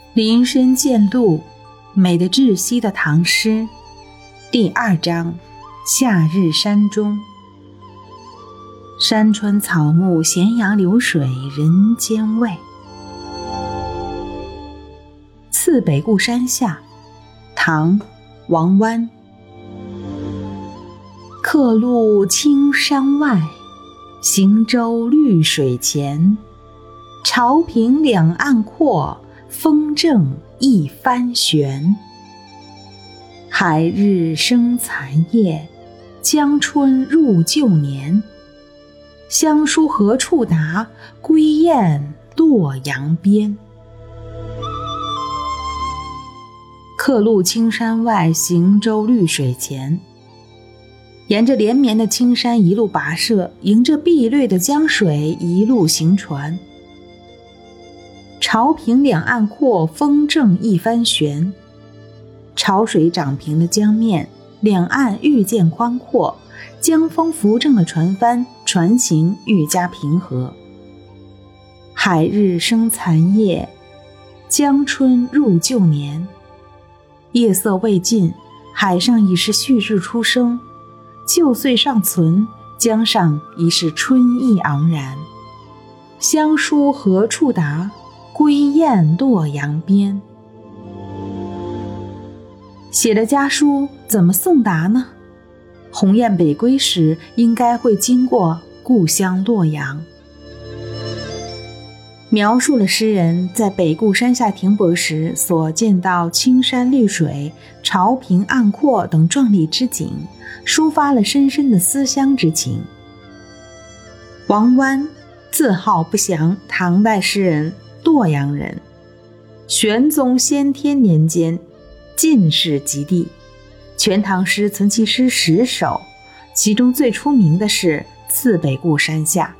林深见鹿，美得窒息的唐诗。第2章，夏日山中。山川草木，咸阳流水，人间味。次北固山下，唐·王湾。客路青山外，行舟绿水前。潮平两岸阔，风正一帆悬。海日生残夜，江春入旧年。乡书何处达？归雁洛阳边。客路青山外，行舟绿水前。沿着连绵的青山一路跋涉，迎着碧绿的江水一路行船。潮平两岸阔，风正一帆悬。潮水涨平了江面，两岸愈见宽阔，江风扶正了船帆，船行愈加平和。海日生残夜，江春入旧年。夜色未尽，海上已是旭日初升，旧岁尚存，江上已是春意盎然。乡书何处达？归雁洛阳边。写了家书怎么送达呢？鸿雁北归时，应该会经过故乡洛阳。描述了诗人在北固山下停泊时所见到青山绿水、潮平岸阔等壮丽之景，抒发了深深的思乡之情。王湾，字号不详，唐代诗人，洛阳人。玄宗先天年间，进士及第，全唐诗存其诗10首，其中最出名的是《次北固山下》。